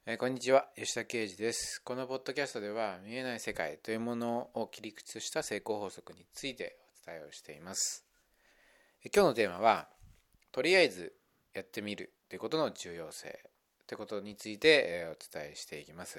こんにちは、吉田啓二です。このポッドキャストでは見えない世界というものを切り口とした成功法則についてお伝えをしています。今日のテーマはとりあえずやってみるということの重要性ということについてお伝えしていきます。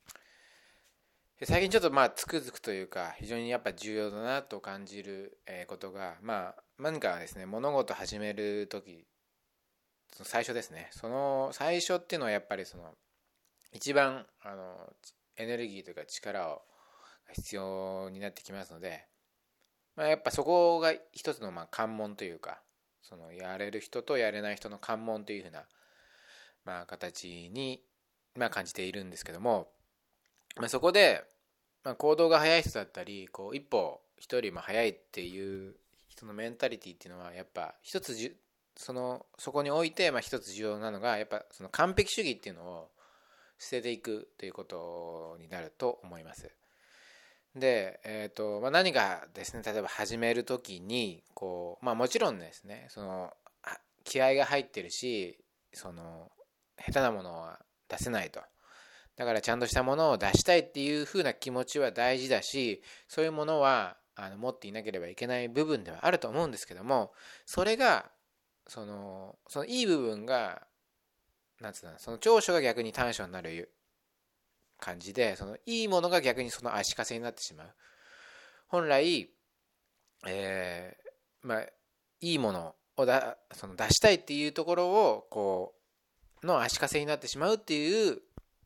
最近ちょっとつくづくというか非常にやっぱ重要だなと感じることが何かですね、物事を始めるとき、その最初ですね、その最初っていうのはやっぱり一番エネルギーというか力を必要になってきますので、やっぱそこが一つの関門というか、そのやれる人とやれない人の関門というふうな、形に、感じているんですけども、そこで、行動が早い人だったり一歩人よりも早いっていう人のメンタリティっていうのはやっぱ一つそこにおいて一つ重要なのがやっぱその完璧主義っていうのを捨てていくということになると思います。で、何かですね、例えば始めるときにもちろんですね、気合が入ってるし、下手なものは出せないと。だからちゃんとしたものを出したいっていう風な気持ちは大事だし、そういうものは持っていなければいけない部分ではあると思うんですけども、それがそのいい部分がなんつうの、その長所が逆に短所になる感じで、そのいいものが逆にその足かせになってしまう。本来、えいいものを出したいっていうところをの足かせになってしまうっていう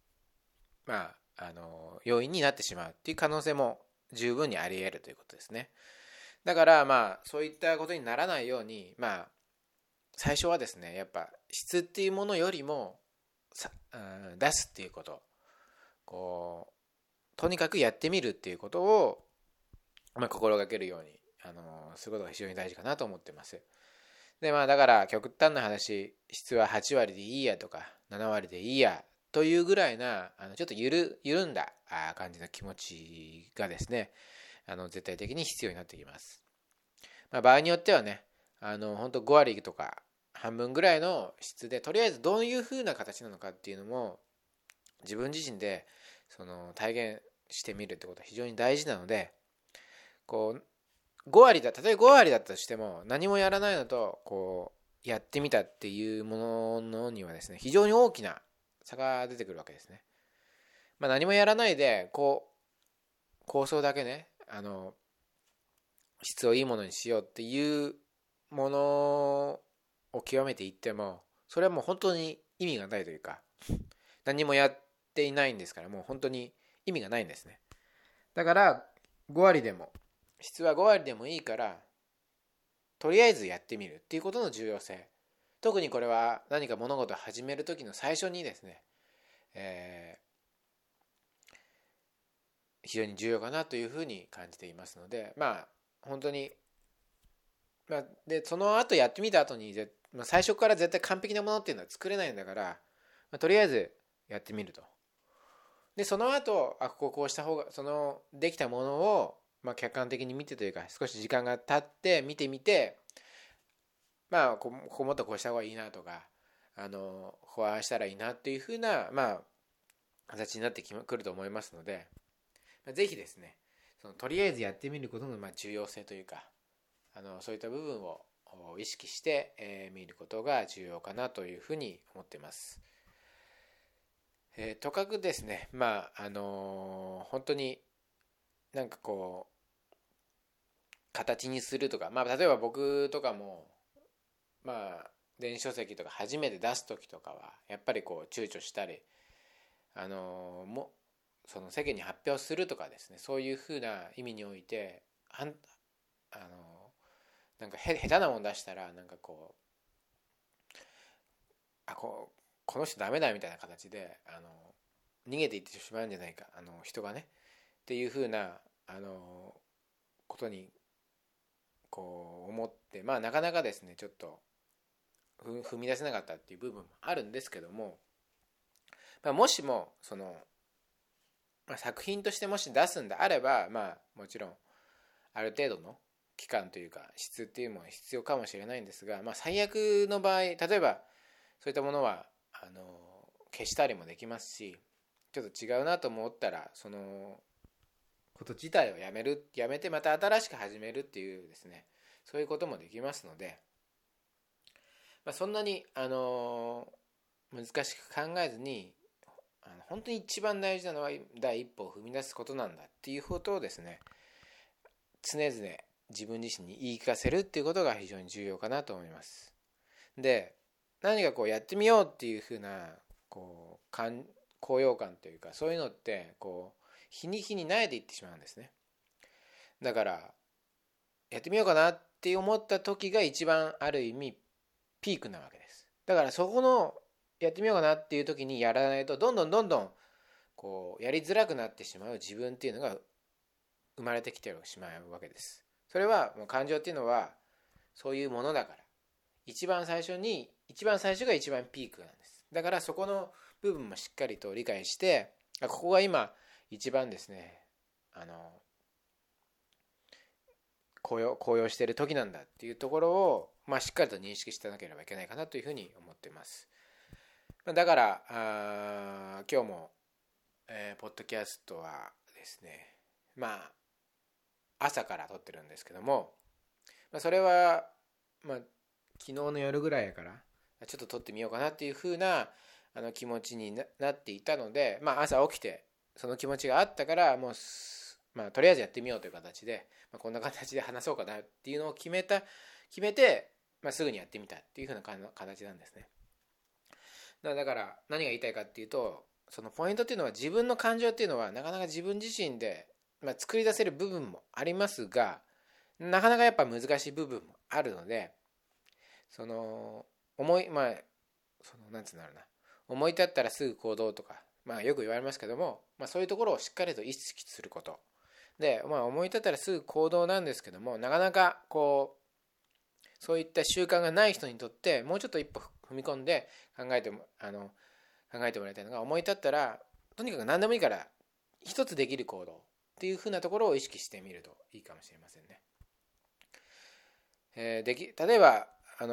要因になってしまうっていう可能性も十分にあり得るということですね。だからそういったことにならないように最初はですね、やっぱ質っていうものよりも出すっていうこと、とにかくやってみるっていうことを、心がけるようにすることが非常に大事かなと思ってます。でだから極端な話、質は8割でいいやとか7割でいいやというぐらいなちょっと緩んだ感じの気持ちがですね、絶対的に必要になってきます。場合によってはね、本当5割とか半分ぐらいの質でとりあえずどういう風な形なのかっていうのも自分自身で体現してみるってことは非常に大事なので、5割だ、例えば5割だったとしても何もやらないのとやってみたっていうものにはですね、非常に大きな差が出てくるわけですね。何もやらないで構想だけね、質をいいものにしようっていうものを極めていっても、それはもう本当に意味がないというか、何もやっていないんですから、もう本当に意味がないんですね。だから5割でも、質は5割でもいいからとりあえずやってみるっていうことの重要性、特にこれは何か物事を始める時の最初にですね、非常に重要かなというふうに感じていますので、本当に、でその後やってみた後に最初から絶対完璧なものっていうのは作れないんだから、とりあえずやってみると。でその後こうした方ができたものを客観的に見てというか、少し時間が経って見てみて、ここもっとこうした方がいいなとか、ここはしたらいいなっていうふうな形になってくると思いますので、ぜひですね、とりあえずやってみることの重要性というか、そういった部分を意識して見ることが重要かなというふうに思っています。とかくですね、本当になんか形にするとか、例えば僕とかも電子書籍とか初めて出す時とかはやっぱり躊躇したり、もその世間に発表するとかですね、そういうふうな意味においてなんか下手なもん出したらこの人ダメだみたいな形で逃げていってしまうんじゃないか、人がねっていうふうなことに思って、なかなかですねちょっと踏み出せなかったっていう部分もあるんですけども、もしも作品としてもし出すんであれば、もちろんある程度の期間というか質っていうものは必要かもしれないんですが、最悪の場合、例えばそういったものは消したりもできますし、ちょっと違うなと思ったらそのこと自体をやめてまた新しく始めるっていうですね、そういうこともできますので、そんなに難しく考えずに、本当に一番大事なのは第一歩を踏み出すことなんだっていうことをですね、常々自分自身に言い聞かせるっていうことが非常に重要かなと思います。で、何かやってみようっていうふうな高揚感というか、そういうのって日に日に慣れていってしまうんですね。だからやってみようかなって思った時が一番ある意味ピークなわけです。だからそこのやってみようかなっていう時にやらないと、どんどんやりづらくなってしまう自分っていうのが生まれてきてしまうわけです。それはもう感情っていうのはそういうものだから、一番最初が一番ピークなんです。だからそこの部分もしっかりと理解して、ここが今一番ですね、高揚している時なんだっていうところを、しっかりと認識してなければいけないかなというふうに思っています。だから今日も、ポッドキャストはですね、朝から撮ってるんですけども、それは、昨日の夜ぐらいからちょっと撮ってみようかなっていうふうな気持ちになっていたので、朝起きてその気持ちがあったから、もうとりあえずやってみようという形で、こんな形で話そうかなっていうのを決めて、すぐにやってみたっていうふうな形なんですね。だから何が言いたいかっていうと、そのポイントっていうのは、自分の感情っていうのはなかなか自分自身で、作り出せる部分もありますが、なかなかやっぱ難しい部分もあるので、そのなんつうんだろうな、思い立ったらすぐ行動とか、よく言われますけども、そういうところをしっかりと意識することで、思い立ったらすぐ行動なんですけども、なかなかそういった習慣がない人にとって、もうちょっと一歩踏み込んで考えてもらいたいのが、思い立ったらとにかく何でもいいから一つできる行動っていうふうなところを意識してみるといいかもしれませんね。例えば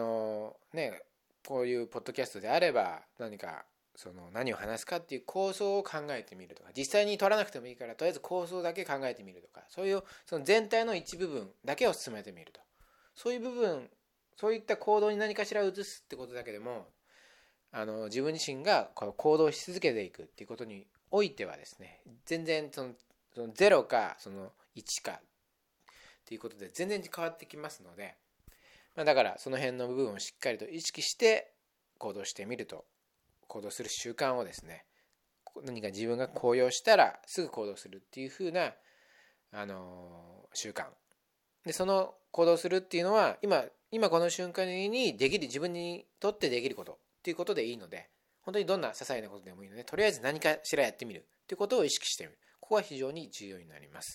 こういうポッドキャストであれば、何を話すかっていう構想を考えてみるとか、実際に取らなくてもいいからとりあえず構想だけ考えてみるとか、その全体の一部分だけを進めてみると、そういった行動に何かしら移すってことだけでも、自分自身が行動し続けていくっていうことにおいてはですね、全然その0か1かっていうことで全然変わってきますので、だからその辺の部分をしっかりと意識して行動してみると、行動する習慣をですね、何か自分が高揚したらすぐ行動するっていう風な、習慣で、その行動するっていうのは今この瞬間にできる、自分にとってできることっていうことでいいので、本当にどんな些細なことでもいいので、とりあえず何かしらやってみるっていうことを意識してみる。ここは非常に重要になります。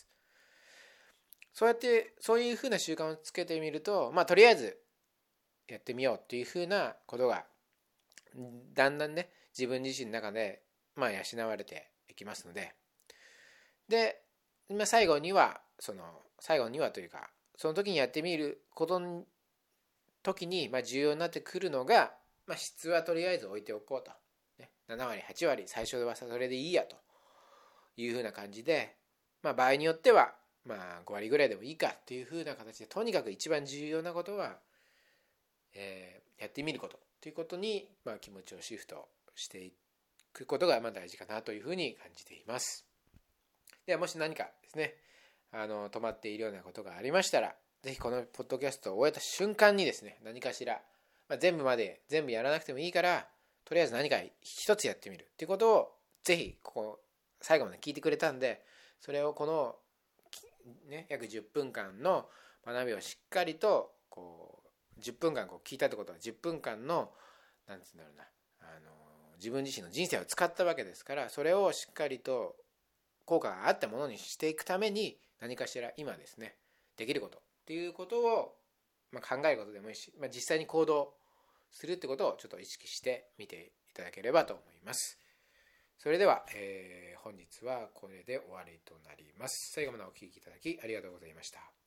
そういうふうな習慣をつけてみると、とりあえずやってみようっていうふうなことがだんだんね、自分自身の中で養われていきますので、最後にはというか、その時にやってみることの時に重要になってくるのが、質はとりあえず置いておこうと、7割8割最初はそれでいいやというふうな感じで、場合によっては5割ぐらいでもいいかっていう風な形で、とにかく一番重要なことは、やってみることということに、気持ちをシフトしていくことが大事かなというふうに感じています。では、もし何かですね、止まっているようなことがありましたら、ぜひこのポッドキャストを終えた瞬間にですね、何かしら、全部やらなくてもいいから、とりあえず何か一つやってみるっていうことを、ぜひここ最後まで聞いてくれたんで、それをこの約10分間の学びをしっかりと10分間聞いたってことは、10分間の自分自身の人生を使ったわけですから、それをしっかりと効果があったものにしていくために、何かしら今ですね、できることっていうことを、考えることでもいいし、実際に行動するってことをちょっと意識してみていただければと思います。それでは、本日はこれで終わりとなります。最後までお聞きいただきありがとうございました。